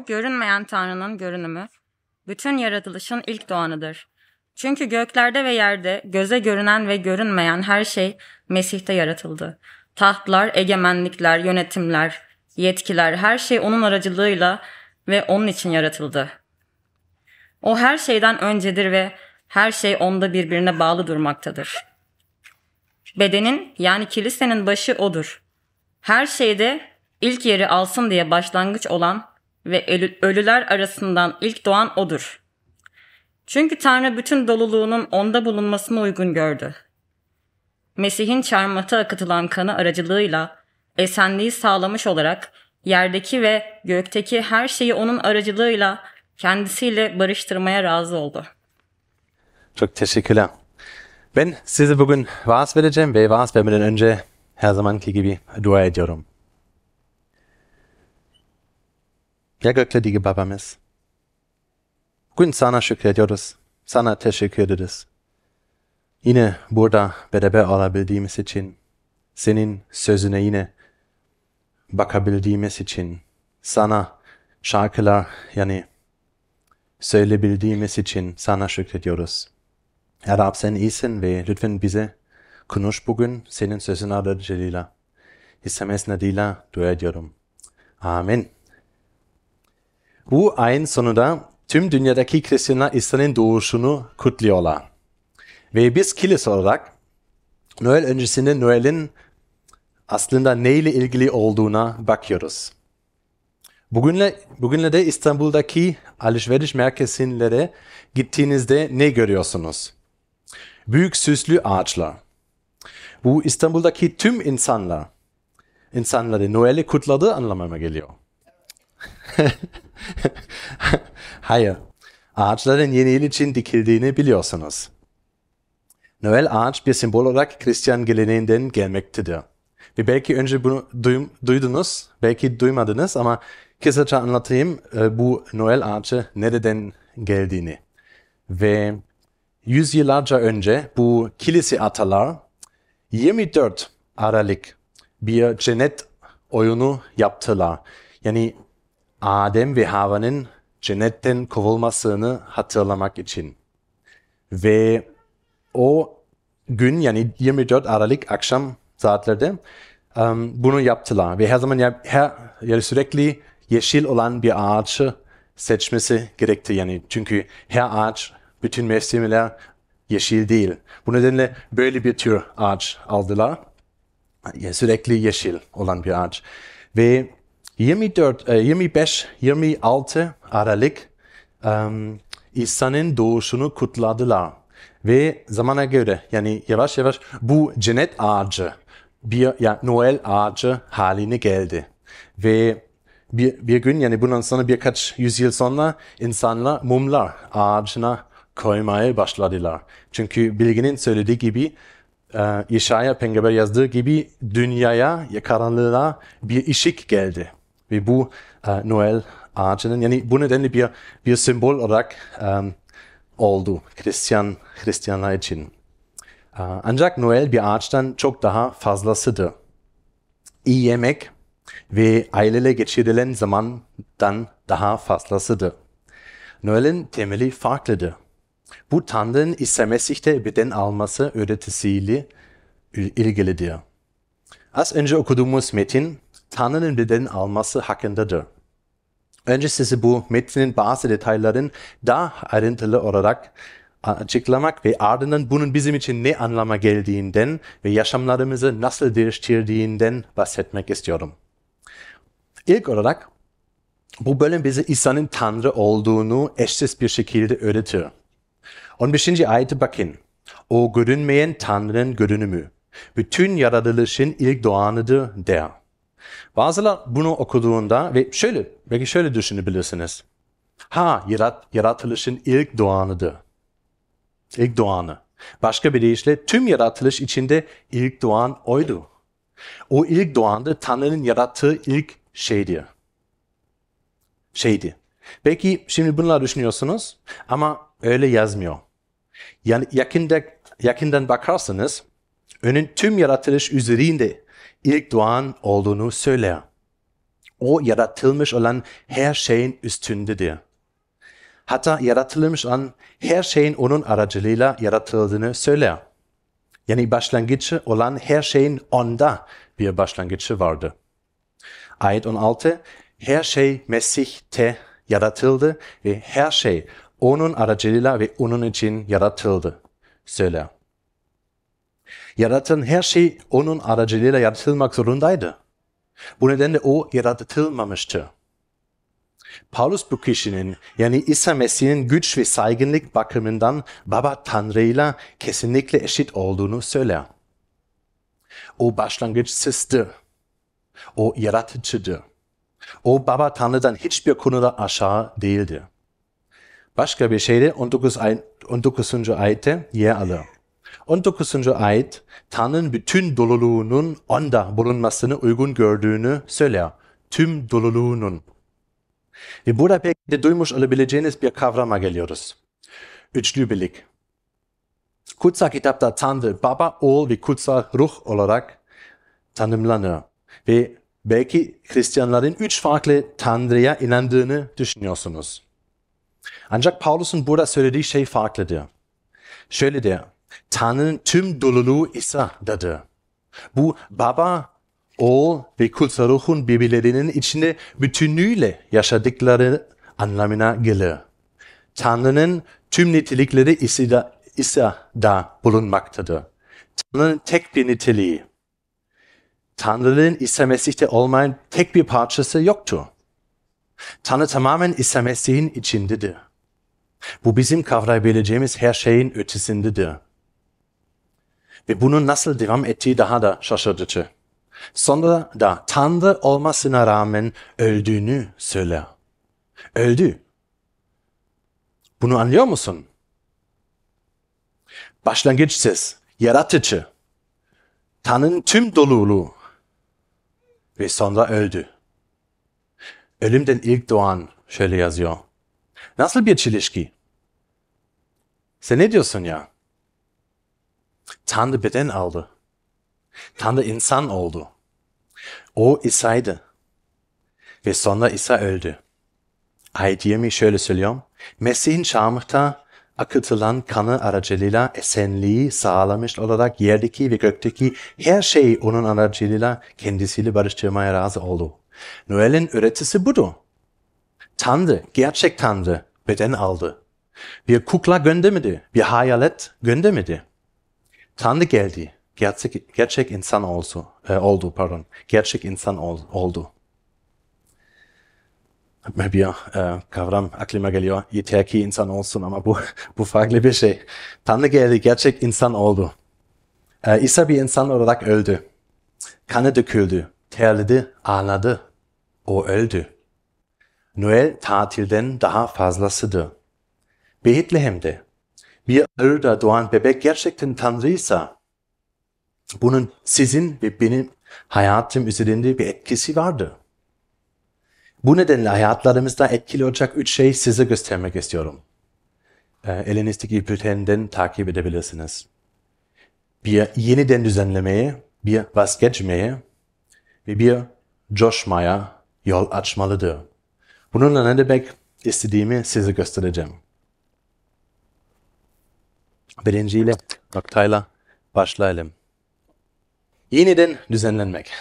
O görünmeyen Tanrı'nın görünümü, bütün yaratılışın ilk doğanıdır. Çünkü göklerde ve yerde göze görünen ve görünmeyen her şey Mesih'te yaratıldı. Tahtlar, egemenlikler, yönetimler, yetkiler, her şey onun aracılığıyla ve onun için yaratıldı. O her şeyden öncedir ve her şey onda birbirine bağlı durmaktadır. Bedenin yani kilisenin başı odur. Her şeyde ilk yeri alsın diye başlangıç olan ve ölüler arasından ilk doğan odur. Çünkü Tanrı bütün doluluğunun onda bulunmasını uygun gördü. Mesih'in çarmıhta akıtılan kanı aracılığıyla esenliği sağlamış olarak yerdeki ve gökteki her şeyi onun aracılığıyla kendisiyle barıştırmaya razı oldu. Çok teşekkürler. Ben size bugün vaaz vereceğim ve vaaz vermeden önce her zamanki gibi dua ediyorum. Ya göklerdeki babamız, bugün sana şükrediyoruz, sana teşekkür ederiz. Yine burada beraber olabildiğimiz için, senin sözüne yine bakabildiğimiz için, sana şarkılar söyleyebildiğimiz için sana şükrediyoruz. Ya Rab sen iyisin ve lütfen bize konuş bugün senin sözün aracılığıyla. İstemez adıyla dua ediyorum. Amin. Bu ayın sonunda tüm dünyadaki Hristiyanlar İsa'nın doğuşunu kutluyorlar. Ve biz kilise olarak Noel öncesinde Noel'in aslında neyle ilgili olduğuna bakıyoruz. Bugünlerde İstanbul'daki alışveriş merkezlere gittiğinizde ne görüyorsunuz? Büyük süslü ağaçlar. Bu İstanbul'daki tüm insanları Noel'i kutladığı anlamına geliyor. Hayır. Ağaçların yeni yıl için dikildiğini biliyorsunuz. Noel ağaç bir sembol olarak Hristiyan geleneğinden gelmektedir. Ve belki önce bunu duydunuz, belki duymadınız ama kısaca anlatayım bu Noel ağacı nereden geldiğini. Ve yüzyıllarca önce bu kilise atalar 24 Aralık bir cennet oyunu yaptılar. Yani Adem ve Havva'nın cennetten kovulmasını hatırlamak için. Ve o gün yani 24 Aralık akşam saatlerde bunu yaptılar. Ve her zaman sürekli yeşil olan bir ağaçı seçmesi gerekti. Yani çünkü her ağaç bütün mevsimler yeşil değil. Bu nedenle böyle bir tür ağaç aldılar. Sürekli yeşil olan bir ağaç. Ve 25-26 Aralık İsa'nın doğuşunu kutladılar. Ve zamana göre yani yavaş yavaş bu cennet ağacı Noel ağacı haline geldi. Ve bir gün yani bundan sonra birkaç yüzyıl sonra insanlar mumlar ağacına koymaya başladılar. Çünkü bilginin söylediği gibi İşaya peygamber yazdığı gibi dünyaya, karanlığa bir ışık geldi. Ve bu Noel ağacının yani bu nedenle bir sembol olarak oldu Hristiyanlar için. Ancak Noel bir ağaçtan çok daha fazlasıdır. İyi yemek ve aileyle geçirilen zamandan daha fazlasıdır. Noel'in temeli farklıdır. Bu Tanrı'nın İsa Mesih'te beden alması öğretisiyle ilgilidir. Az önce okuduğumuz metin Tanrı'nın beden alması hakkındadır. Önce size bu metnin bazı detayların daha ayrıntılı olarak açıklamak ve ardından bunun bizim için ne anlama geldiğinden ve yaşamlarımızı nasıl değiştirdiğinden bahsetmek istiyorum. İlk olarak bu bölüm bize İsa'nın Tanrı olduğunu eşsiz bir şekilde öğretir. 15. ayete bakın. O görünmeyen Tanrı'nın görünümü, bütün yaratılışın ilk doğanıdır der. Bazılar bunu okuduğunda ve belki şöyle düşünebilirsiniz. Yaratılışın ilk doğanıdır. İlk doğanı. Başka bir deyişle tüm yaratılış içinde ilk doğan oydu. O ilk doğandı Tanrı'nın yarattığı ilk şeydi. Belki şimdi bunlar düşünüyorsunuz ama öyle yazmıyor. Yani yakından bakarsanız onun tüm yaratılış üzerinde ilk doğan olduğunu söyler. O yaratılmış olan her şeyin üstündedir. Hatta yaratılmış olan her şeyin onun aracılığıyla yaratıldığını söyler. Yani başlangıcı olan her şeyin onda bir başlangıcı vardı. Ayet 16, her şey Mesih'te yaratıldı ve her şey onun aracılığıyla ve onun için yaratıldı söyler. Yaratan her şey onun aracılığıyla yaratılmak zorundaydı. Bu nedenle o yaratılmamıştı. Paulus bu kişinin yani İsa Mesih'in güç ve saygınlık bakımından Baba Tanrı'yla kesinlikle eşit olduğunu söyler. O başlangıçsızdır. O yaratıcıdır. O Baba Tanrı'dan hiçbir konuda aşağı değildir. Başka bir şeyde 19. ayette yer alır. 19. ayet Tanrı'nın bütün doluluğunun onda bulunmasını uygun gördüğünü söyler. Tüm doluluğunun. Ve burada belki de duymuş olabileceğiniz bir kavrama geliyoruz. Üçlü birlik. Kutsal kitapta Tanrı, Baba, Oğul ve Kutsal Ruh olarak tanımlanır. Ve belki Hristiyanların üç farklı Tanrı'ya inandığını düşünüyorsunuz. Ancak Paulus'un burada söylediği şey farklıdır. Şöyle der, Tanrı'nın tüm doluluğu İsa'dadır. Bu Baba, Oğul ve Kutsal Ruh'un birbirlerinin içinde bütünlüğüyle yaşadıkları anlamına gelir. Tanrı'nın tüm nitelikleri İsa'da bulunmaktadır. Tanrı'nın tek bir niteliği. Tanrı'nın İsa Mesih'te olmayan tek bir parçası yoktur. Tanrı tamamen İsa Mesih'in içindedir. Bu bizim kavrayabileceğimiz her şeyin ötesindedir. Ve bunun nasıl devam ettiği daha da şaşırtıcı. Sonra da Tanrı olmasına rağmen öldüğünü söyler. Öldü. Bunu anlıyor musun? Başlangıçsız, yaratıcı. Tanrı'nın tüm doluluğu. Ve sonra öldü. Ölümden ilk doğan şöyle yazıyor. Nasıl bir çelişki? Sen ne diyorsun ya? Tanrı beden aldı. Tanrı insan oldu. O İsa'ydı. Ve sonra İsa öldü. Ayet 20 şöyle söylüyor. Mesih'in çarmıhta akıtılan kanı aracılığıyla esenliği sağlamış olarak yerdeki ve gökteki her şeyi onun aracılığıyla kendisiyle barıştırmaya razı oldu. Noel'in öğretisi budur. Tanrı, gerçek Tanrı beden aldı. Bir kukla göndermedi, bir hayalet göndermedi. Tanrı geldi, gerçek insan oldu. Gerçek insan oldu. Bir kavram aklıma geliyor. Yeter ki insan olsun ama bu farklı bir şey. Tanrı geldi, gerçek insan oldu. İsa bir insan olarak öldü. Kanı döküldü, terledi, ağladı. O öldü. Noel tatilden daha fazlasıdır. Betlehem'de bir ahırda doğan bebek gerçekten Tanrıysa, bunun sizin ve benim hayatım üzerinde bir etkisi vardı. Bu nedenle hayatlarımızda etkili olacak 3 şey size göstermek istiyorum. Elinizdeki bültenden takip edebilirsiniz. Bir yeniden düzenlemeye, bir vazgeçmeye ve bir coşmaya yol açmalıdır. Bununla ne demek istediğimi size göstereceğim. Birinciyle noktayla başlayalım. Yeniden düzenlenmek.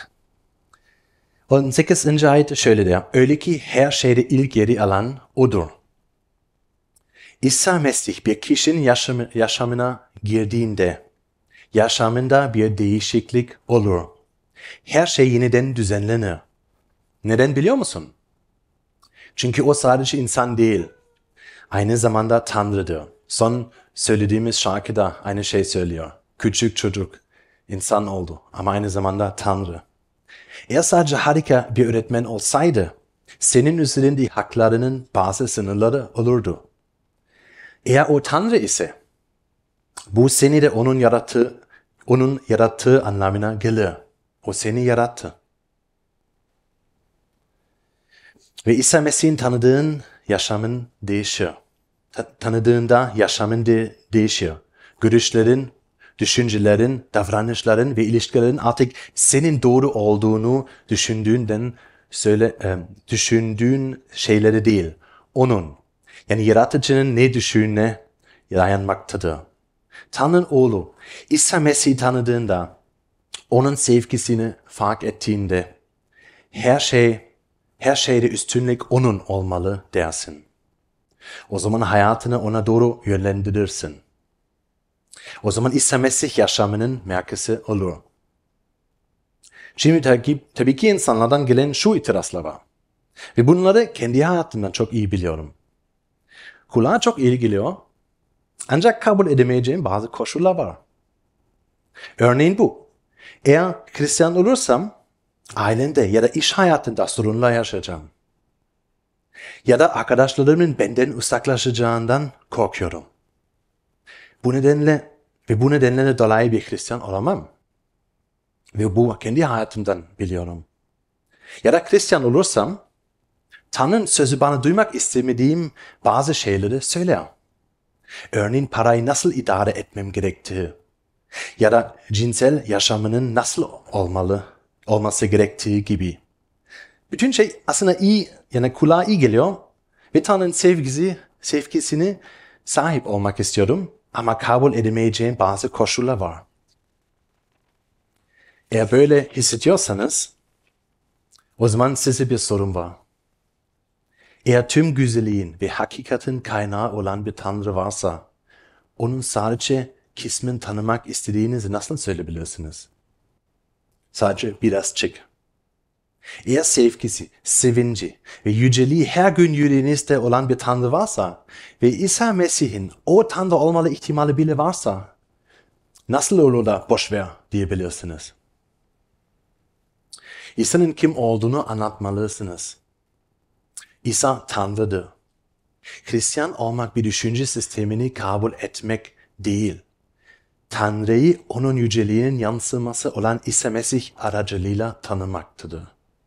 18. ayet şöyle der. Öyle ki her şeyde ilk yeri alan odur. İsa Mesih bir kişinin yaşamına girdiğinde yaşamında bir değişiklik olur. Her şey yeniden düzenlenir. Neden biliyor musun? Çünkü o sadece insan değil. Aynı zamanda Tanrı'dır. Son söylediğimiz şarkıda aynı şey söylüyor. Küçük çocuk insan oldu ama aynı zamanda Tanrı. Eğer sadece harika bir öğretmen olsaydı, senin üzerinde haklarının bazı sınırları olurdu. Eğer o Tanrı ise, bu seni de onun yarattığı anlamına gelir. O seni yarattı. Ve İsa Mesih'in tanıdığın yaşamın değişir. Tanıdığında yaşamın değişir. Görüşlerin, düşüncelerin, davranışların ve ilişkilerin artık senin doğru olduğunu düşündüğünden düşündüğün şeyleri değil, onun, yani yaratıcının ne düşündüğüne dayanmaktadır. Tanrı'nın oğlu İsa Mesih'i tanıdığında, onun sevgisini fark ettiğinde, her şeyde üstünlük onun olmalı dersin. O zaman hayatını ona doğru yönlendirirsin. O zaman İsa Mesih yaşamının merkezi olur. Şimdi tabii ki insanlardan gelen şu itirazlar var. Ve bunları kendi hayatımdan çok iyi biliyorum. Kulağa çok iyi geliyor. Ancak kabul edemeyeceğim bazı koşullar var. Örneğin bu. Eğer Hristiyan olursam ailemde ya da iş hayatında sorunlar yaşayacağım. Ya da arkadaşlarımın benden uzaklaşacağından korkuyorum. Bu nedenle dolayı bir Hristiyan olamam. Ve bu kendi hayatımdan biliyorum. Ya da Hristiyan olursam Tanrı'nın sözü bana duymak istemediğim bazı şeyleri söyler. Örneğin parayı nasıl idare etmem gerektiği ya da cinsel yaşamının nasıl olması gerektiği gibi. Bütün şey aslında iyi, yani kulağa iyi geliyor ve Tanrı'nın sevgisini sahip olmak istiyorum ama kabul edemeyeceğim bazı koşullar var. Eğer böyle hissediyorsanız o zaman size bir sorun var. Eğer tüm güzelliğin ve hakikatin kaynağı olan bir Tanrı varsa, onun sadece kısmen tanımak istediğinizi nasıl söyleyebilirsiniz? Sadece birazcık. Eğer sevgisi, sevinci ve yüceliği her gün yüreğinizde olan bir Tanrı varsa ve İsa Mesih'in o Tanrı olmalı ihtimali bile varsa, nasıl olur da boşver diyebilirsiniz? İsa'nın kim olduğunu anlatmalısınız. İsa Tanrı'dır. Hristiyan olmak bir düşünce sistemini kabul etmek değil. Tanrı'yı onun yüceliğinin yansıması olan İsa Mesih aracılığıyla tanımaktır.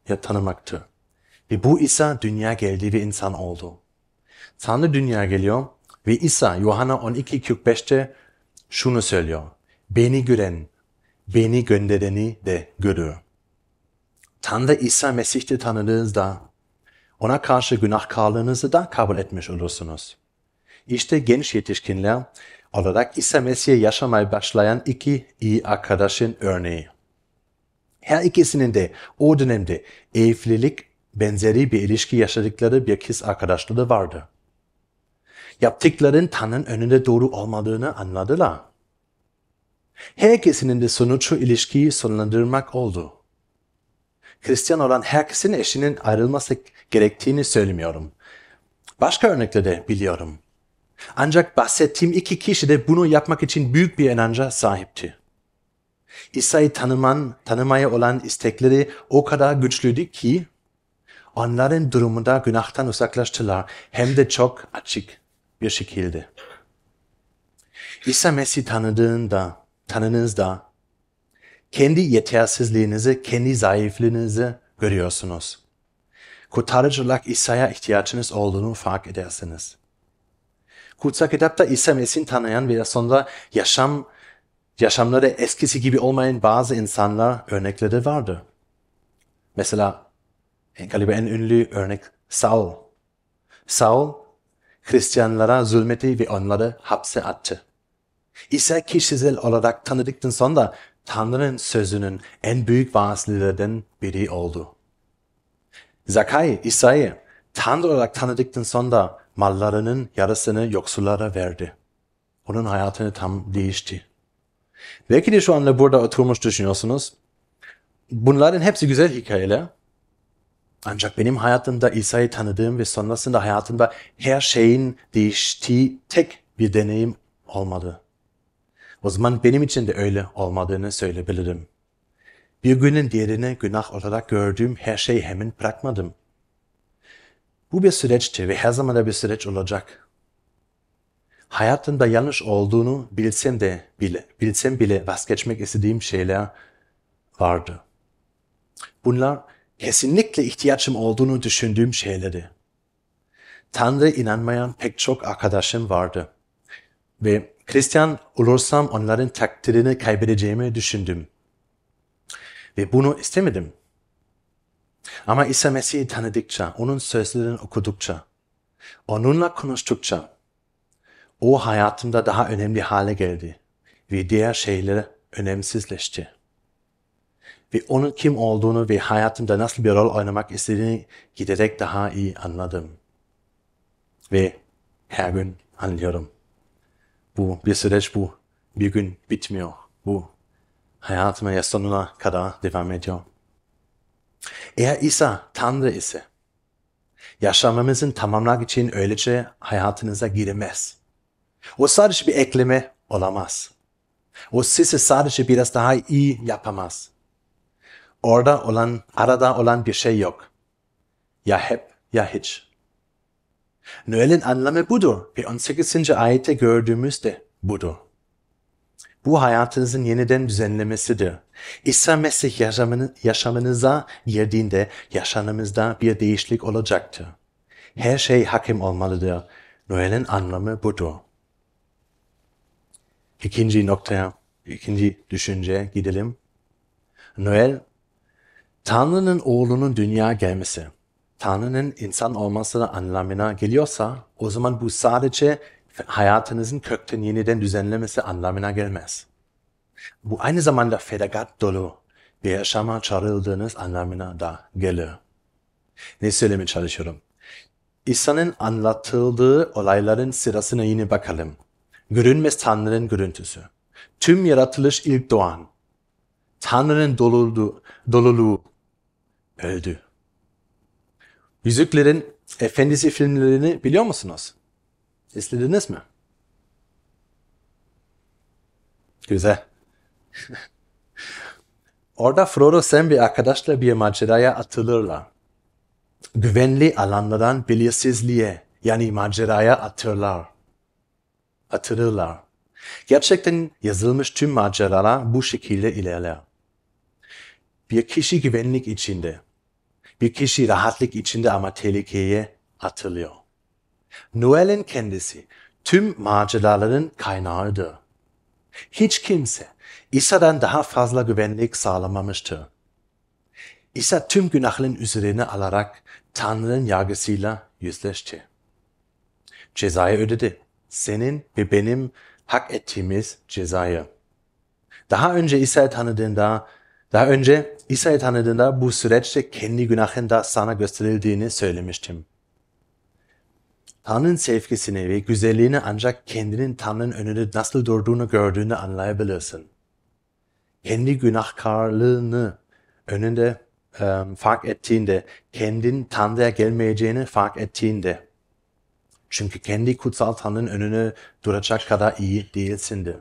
Ve bu İsa dünya geldi ve insan oldu. Tanrı dünya geliyor ve İsa Yuhanna 12:45'te şunu söylüyor. Beni gören, beni göndereni de görür. Tanrı İsa Mesih'te tanıdığınızda ona karşı günahkarlığınızı da kabul etmiş olursunuz. İşte genç yetişkinler olarak İsa Mesih'e yaşamaya başlayan iki iyi arkadaşın örneği. Her ikisinin de o dönemde evlilik benzeri bir ilişki yaşadıkları bir kız arkadaşları vardı. Yaptıkların Tanrı'nın önünde doğru olmadığını anladılar. Her ikisinin de sonucu ilişkiyi sonlandırmak oldu. Hristiyan olan herkesin eşinin ayrılması gerektiğini söylemiyorum. Başka örnekleri de biliyorum. Ancak bahsettiğim iki kişi de bunu yapmak için büyük bir inanca sahipti. İsa'yı tanımaya olan istekleri o kadar güçlüydü ki onların durumunda günahtan uzaklaştılar hem de çok açık bir şekilde. İsa Mesih tanıdığınızda kendi yetersizliğinizi, kendi zayıflığınızı görüyorsunuz. Kurtarıcı olarak İsa'ya ihtiyacınız olduğunu fark edersiniz. Kutsal Kitapta İsa Mesih'i tanıyan ve sonra yaşamları eskisi gibi olmayan bazı insanlar örnekleri vardı. Mesela galiba en ünlü örnek Saul. Saul Hristiyanlara zulmetti ve onları hapse attı. İsa kişisel olarak tanıdıktan sonra Tanrı'nın sözünün en büyük vaazlarından biri oldu. Zakai İsa'yı Tanrı olarak tanıdıktan sonra mallarının yarısını yoksullara verdi. Onun hayatını tam değişti. Belki de şu anda burada oturmuş düşünüyorsunuz. Bunların hepsi güzel hikayeler. Ancak benim hayatımda İsa'yı tanıdığım ve sonrasında hayatımda her şeyin değiştiği tek bir deneyim olmadı. O zaman benim için de öyle olmadığını söyleyebilirim. Bir günün diğerine günah olarak gördüğüm her şeyi hemen bırakmadım. Bu bir süreçti ve her zaman da bir süreç olacak. Hayatımda yanlış olduğunu bilsem bile vazgeçmek istediğim şeyler vardı. Bunlar kesinlikle ihtiyacım olduğunu düşündüğüm şeylerdi. Tanrı inanmayan pek çok arkadaşım vardı. Ve Hristiyan olursam onların takdirini kaybedeceğimi düşündüm. Ve bunu istemedim. Ama İsa Mesih'i tanıdıkça, onun sözlerini okudukça, onunla konuştukça, o hayatımda daha önemli hale geldi ve diğer şeyler önemsizleşti. Ve onun kim olduğunu ve hayatımda nasıl bir rol oynamak istediğini giderek daha iyi anladım. Ve her gün anlıyorum. Bu bir süreç, bu bir gün bitmiyor. Bu hayatımın sonuna kadar devam ediyor. Eğer İsa Tanrı ise, yaşamamızın tamamlamak için öylece hayatınıza giremez. O sadece bir ekleme olamaz. O sizi sadece biraz daha iyi yapamaz. Arada olan bir şey yok. Ya hep ya hiç. Noel'in anlamı budur ve 18. ayette gördüğümüzde budur. Bu hayatınızın yeniden düzenlemesidir. İsa Mesih yaşamınıza girdiğinde yaşamımızda bir değişiklik olacaktır. Her şey hakim olmalıdır. Noel'in anlamı budur. İkinci düşünceye gidelim. Noel, Tanrı'nın oğlunun dünyaya gelmesi, Tanrı'nın insan olması anlamına geliyorsa, o zaman bu sadece hayatınızın kökten yeniden düzenlemesi anlamına gelmez. Bu aynı zamanda feragat dolu bir yaşama çağrıldığınız anlamına da gelir. Ne söylemeye çalışıyorum? İsa'nın anlatıldığı olayların sırasına yine bakalım. Görünmez Tanrı'nın görüntüsü. Tüm yaratılış ilk doğan. Tanrı'nın doluluğu öldü. Yüzüklerin Efendisi filmlerini biliyor musunuz? İzlediniz mi? Güzel. Orada Frodo Sam bir arkadaşla bir maceraya atılırlar. Güvenli alanlardan belirsizliğe yani maceraya atılırlar. Gerçekten yazılmış tüm maceralar bu şekilde ilerler. Bir kişi güvenlik içinde, bir kişi rahatlık içinde ama tehlikeye atılıyor. Noel'in kendisi tüm maceraların kaynağıdır. Hiç kimse İsa'dan daha fazla güvenlik sağlamamıştır. İsa tüm günahların üzerine alarak Tanrı'nın yargısıyla yüzleşti. Cezayı ödedi. Senin ve benim hak ettiğimiz cezayı. Daha önce İsa'yı tanıdığında bu süreçte kendi günahında sana gösterildiğini söylemiştim. Tanrı'nın sevgisini ve güzelliğini ancak kendinin Tanrı'nın önünde nasıl durduğunu gördüğünü anlayabilirsin. Kendi günahkarlığını önünde fark ettiğinde, kendin Tanrı'ya gelmeyeceğini fark ettiğinde, çünkü kendi kutsal Tanrı'nın önüne duracak kadar iyi değilsindir.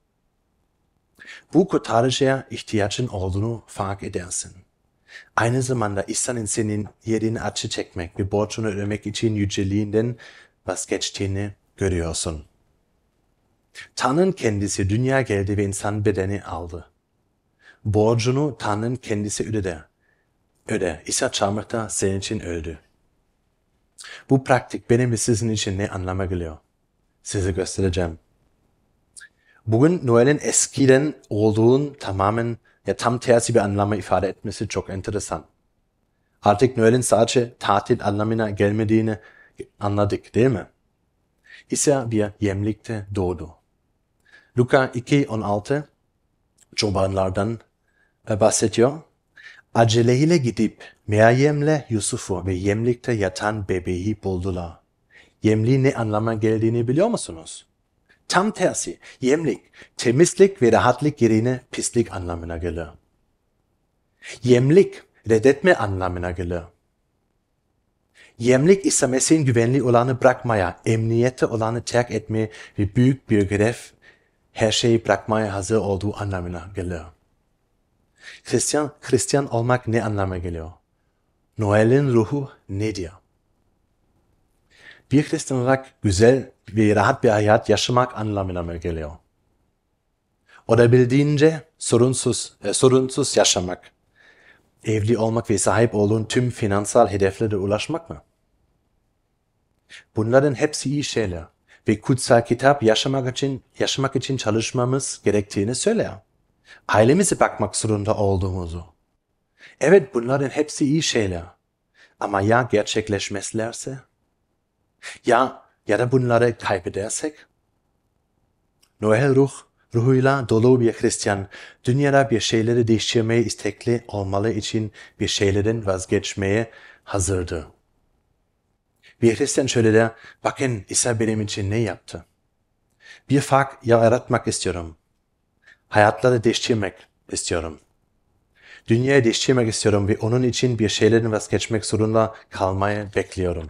Bu kurtarıcıya ihtiyacın olduğunu fark edersin. Aynı zamanda İsa'nın senin yerini açı çekmek ve borcunu ödemek için yüceliğinden vazgeçtiğini görüyorsun. Tanrı'nın kendisi dünyaya geldi ve insan bedeni aldı. Borcunu Tanrı'nın kendisi öder. İsa çarmıhta senin için öldü. Bu pratik benim ve sizin için ne anlama geliyor? Size göstereceğim. Bugün Noel'in eskiden olduğun tam tersi bir anlamı ifade etmesi çok enteresan. Artık Noel'in sadece tatil anlamına gelmediğini anladık değil mi? İsa bir yemlikte doğdu. Luka 2:16 çobanlardan bahsediyor. Aceleyle gidip Meryem'le Yusuf'u ve yemlikte yatan bebeği buldular. Yemliğin ne anlama geldiğini biliyor musunuz? Tam tersi, yemlik, temizlik ve rahatlık yerine pislik anlamına gelir. Yemlik, reddetme anlamına gelir. Yemlik İsa Mesih'in güvenli olanı bırakmaya, emniyette olanı terk etmeye ve büyük bir görev, her şeyi bırakmaya hazır olduğu anlamına gelir. Hristiyan olmak ne anlama geliyor? Noel'in ruhu nedir? Bir Hristiyan olarak güzel ve rahat bir hayat yaşamak anlamına mı geliyor? Olabildiğince sorunsuz yaşamak, evli olmak ve sahip olduğun tüm finansal hedeflere ulaşmak mı? Bunların hepsi iyi şeyler ve kutsal kitap yaşamak için çalışmamız gerektiğini söyler. Ailemize bakmak zorunda olduğumuzu, Evet, bunların hepsi iyi şeyler. Ama ya gerçekleşmezlerse? Ya da bunları kaybedersek? Noel ruhuyla dolu bir Hristiyan, dünyada bir şeyleri değiştirmeye istekli olmalı için bir şeylerin vazgeçmeye hazırdı. Bir Hristiyan şöyle der, bakın İsa benim için ne yaptı? Bir fark yaratmak istiyorum. Hayatları değiştirmek istiyorum. Dünyayı değiştirmek istiyorum ve onun için bir şeylerin vazgeçmek zorunda kalmayı bekliyorum.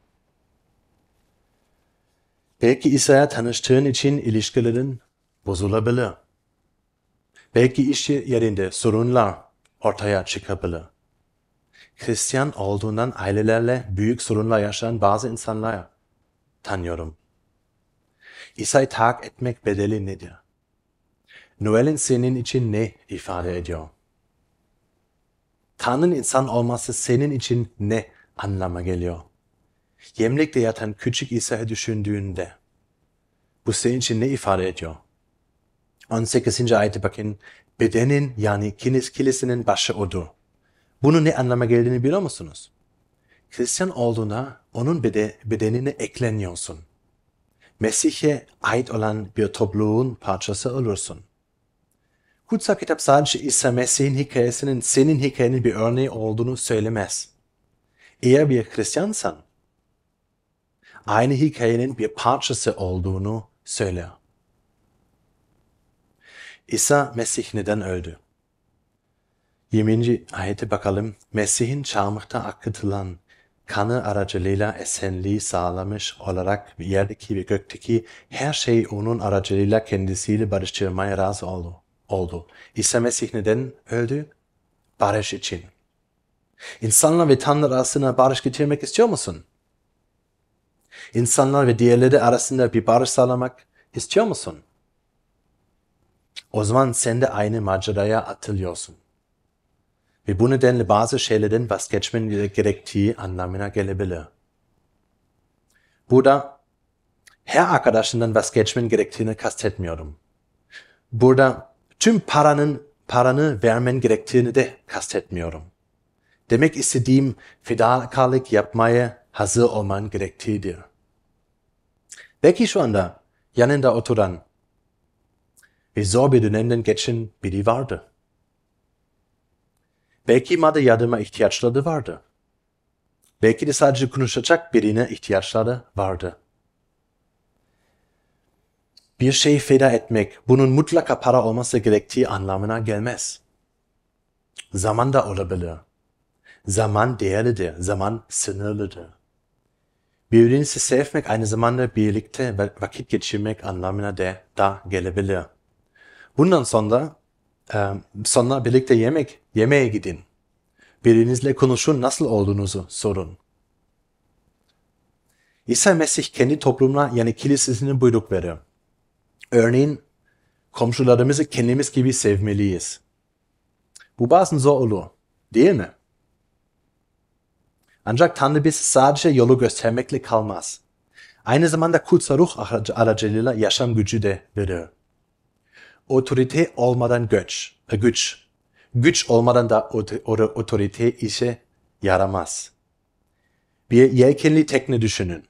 Belki İsa'ya tanıştığın için ilişkilerin bozulabilir. Belki iş yerinde sorunlar ortaya çıkabilir. Hristiyan olduğundan ailelerle büyük sorunlar yaşayan bazı insanlar tanıyorum. İsa'yı takip etmek bedeli nedir? Noel'in senin için ne ifade ediyor? Tanrı'nın insan olması senin için ne anlama geliyor? Yemlikte yatan küçük İsa'yı düşündüğünde bu senin için ne ifade ediyor? 18. ayete bakın. Bedenin yani kilisinin başı odur. Bunun ne anlama geldiğini biliyor musunuz? Hristiyan olduğunda onun bedenine ekleniyorsun. Mesih'e ait olan bir topluluğun parçası olursun. Kutsal kitap sadece İsa Mesih'in hikayesinin senin hikayenin bir örneği olduğunu söylemez. Eğer bir Hristiyansan, aynı hikayenin bir parçası olduğunu söyler. İsa Mesih neden öldü? 20. ayete bakalım. Mesih'in çarmıhta akıtılan kanı aracılığıyla esenliği sağlamış olarak yerdeki ve gökteki her şey onun aracılığıyla kendisiyle barıştırmaya razı oldu. İsa Mesih neden öldü? Barış için. İnsanlar ve Tanrı arasında barış getirmek istiyor musun? İnsanlar ve diğerleri arasında bir barış sağlamak istiyor musun? O zaman sen de aynı maceraya atılıyorsun. Ve bu nedenle bazı şeylerden vazgeçmen gerektiği anlamına gelebilir. Burada her arkadaşından vazgeçmen gerektiğini kastetmiyorum. Burada tüm paranı vermen gerektiğini de kastetmiyorum. Demek istediğim fedakarlık yapmaya hazır olman gerektiğidir. Belki şu anda yanında oturan ve zor bir dönemden geçen biri vardı. Belki maddi yardıma ihtiyaçları vardı. Belki de sadece konuşacak birine ihtiyaçları vardı. Bir şey feda etmek, bunun mutlaka para olması gerektiği anlamına gelmez. Zaman da olabilir. Zaman değerlidir, zaman sınırlıdır. Birbirinizi sevmek aynı zamanda birlikte vakit geçirmek anlamına da gelebilir. Bundan sonra birlikte yemeğe gidin. Birbirinizle konuşun, nasıl olduğunuzu sorun. İsa Mesih kendi toplumuna yani kilisesine buyruk veriyor. Örneğin komşularımızı kendimiz gibi sevmeliyiz. Bu bazen zor olur, değil mi? Ancak Tanrı bize sadece yolu göstermekle kalmaz. Aynı zamanda kutsal ruh aracılığıyla yaşam gücü de verir. Otorite olmadan güç olmadan da otorite işe yaramaz. Bir yelkenli tekne düşünün.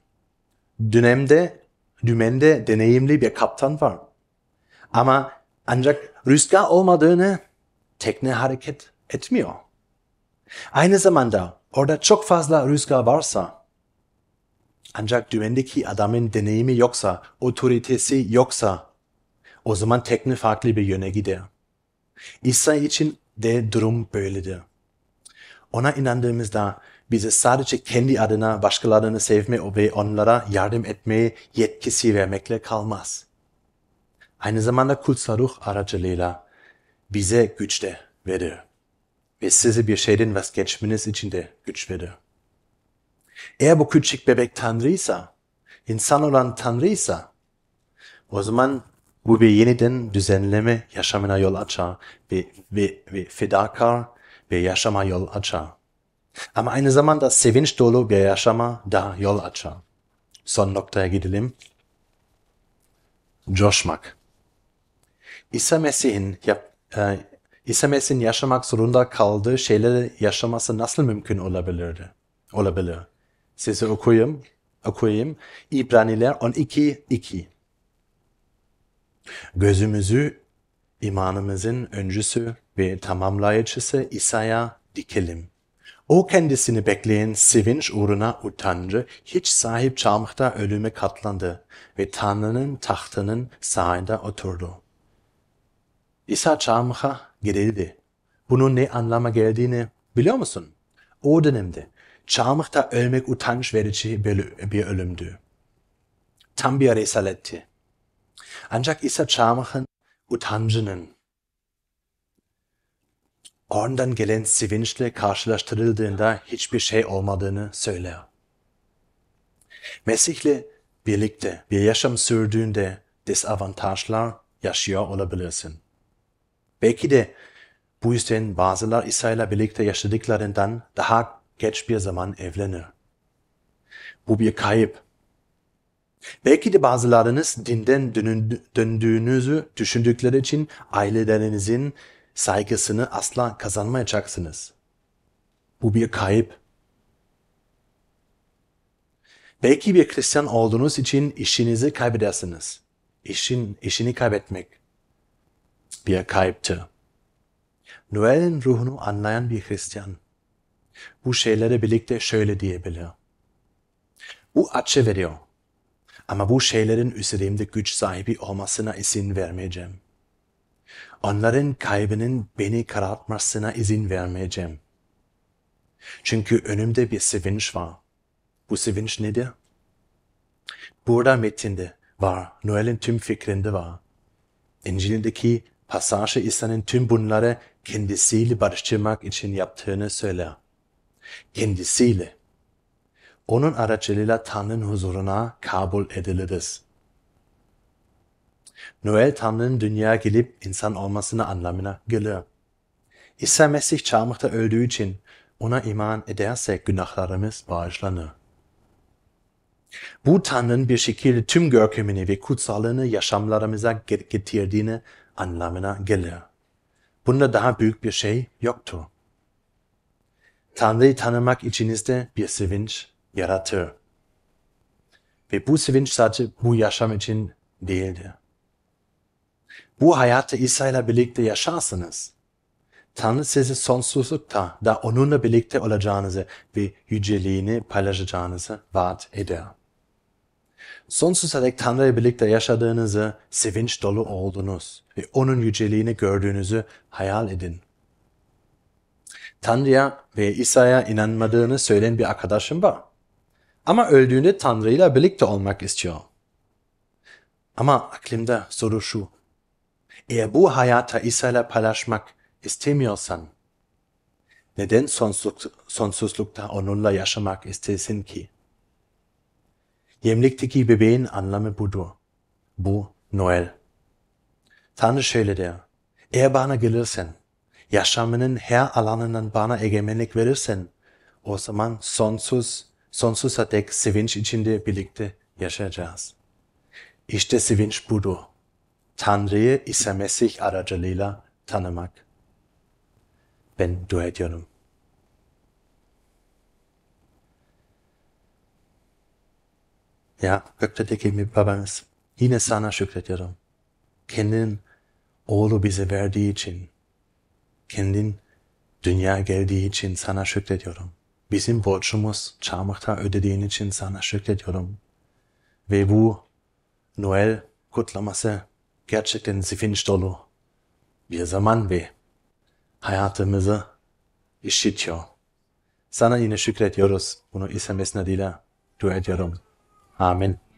Dümende deneyimli bir kaptan var. Ama ancak rüzgar olmadığını tekne hareket etmiyor. Aynı zamanda orada çok fazla rüzgar varsa, ancak dümendeki adamın deneyimi yoksa, otoritesi yoksa, o zaman tekne farklı bir yöne gider. İsa için de durum böyledir. Ona inandığımızda bize sadece kendi adına başkalarını sevme ve onlara yardım etmeye yetkisi vermekle kalmaz. Aynı zamanda kutsal ruh aracılığıyla bize güç de verir. Ve size bir şeyden vazgeçmeniz için de güç verir. Eğer bu küçük bebek Tanrıysa, insan olan Tanrıysa, o zaman bu bir yeniden düzenleme yaşamına yol açar ve fedakar bir yaşama yol açar. Ama aynı zamanda sevinç dolu bir yaşama da yol açar. Son noktaya gidelim. Coşmak. İsa Mesih'in İsa Mesih'in yaşamak zorunda kaldığı şeyleri yaşaması nasıl mümkün olabilir? Size okuyayım. İbraniler 12:2. Gözümüzü imanımızın öncüsü ve tamamlayıcısı İsa'ya dikelim. O kendisini bekleyen sevinç uğruna utancı hiç sahip çıkmakta ölüme katlandı ve Tanrı'nın tahtının sağında oturdu. İsa çarmıha gerildi. Bunun ne anlama geldiğini biliyor musun? O dönemde çarmıhta ölmek utanç verici bir ölümdü. Tam bir rezaletti. Ancak İsa çarmıhın utancının oradan gelen sevinçle karşılaştırıldığında hiçbir şey olmadığını söyler. Mesih'le birlikte bir yaşam sürdüğünde dezavantajlar yaşıyor olabilirsin. Belki de bu yüzden bazılar İsa'yla birlikte yaşadıklarından daha geç bir zaman evlenir. Bu bir kayıp. Belki de bazılarınız dinden döndüğünüzü düşündükleri için ailelerinizin saygısını asla kazanmayacaksınız. Bu bir kayıp. Belki bir Hristiyan olduğunuz için işinizi kaybedersiniz. İşini kaybetmek bir kayıptır. Noel'in ruhunu anlayan bir Hristiyan bu şeyleri birlikte şöyle diyebilir. Bu acı veriyor. Ama bu şeylerin üzerimde güç sahibi olmasına izin vermeyeceğim. Onların kaybının beni karartmasına izin vermeyeceğim. Çünkü önümde bir sevinç var. Bu sevinç nedir? Burada metinde var, Noel'in tüm fikrinde var. İncil'deki pasajı İsa'nın tüm bunları kendisiyle barıştırmak için yaptığını söyler. Kendisiyle. Onun aracılığıyla Tanrı'nın huzuruna kabul ediliriz. Noel Tanrı'nın dünyaya gelip insan olmasına anlamına gelir. İsa Mesih çarmıhta öldüğü için ona iman edersek günahlarımız bağışlanır. Bu Tanrı'nın bir şekilde tüm görkemini ve kutsallığını yaşamlarımıza getirdiğini anlamına gelir. Bunda daha büyük bir şey yoktur. Tanrı'yı tanımak içinizde bir sevinç yaratır. Ve bu sevinç sadece bu yaşam için değildir. Bu hayatı İsa ile birlikte yaşarsınız. Tanrı sizi sonsuzlukta da onunla birlikte olacağınızı ve yüceliğini paylaşacağınızı vaat eder. Sonsuza dek Tanrı ile birlikte yaşadığınızı, sevinç dolu oldunuz ve onun yüceliğini gördüğünüzü hayal edin. Tanrı'ya ve İsa'ya inanmadığını söyleyen bir arkadaşım var. Ama öldüğünde Tanrı ile birlikte olmak istiyor. Ama aklımda soru şu. Eğer bu hayata İsa ile paylaşmak istemiyorsan, neden sonsuzlukta onunla yaşamak istesin ki? Yemlikteki bebeğin anlamı budur. Bu Noel. Tanrı şöyle der. Eğer bana gelirsen, yaşamının her alanından bana egemenlik verirsen, o zaman sonsuza dek sevinç içinde birlikte yaşayacağız. İşte sevinç budur. Tanrı'yı İsa Mesih aracılığıyla tanımak. Ben dua ediyorum. Ya gökteki bir babamız, yine sana şükrediyorum. Kendin oğlu bize verdiği için, kendin dünyaya geldiği için sana şükrediyorum. Bizim borcumuz çarmıhta ödediğin için sana şükrediyorum. Ve bu Noel kutlaması gerçekten sevinç dolu bir zaman ve hayatımızı işitiyor. Sana yine şükrediyoruz. Bunu İsa Mesih'in adıyla dua ediyorum. Amin.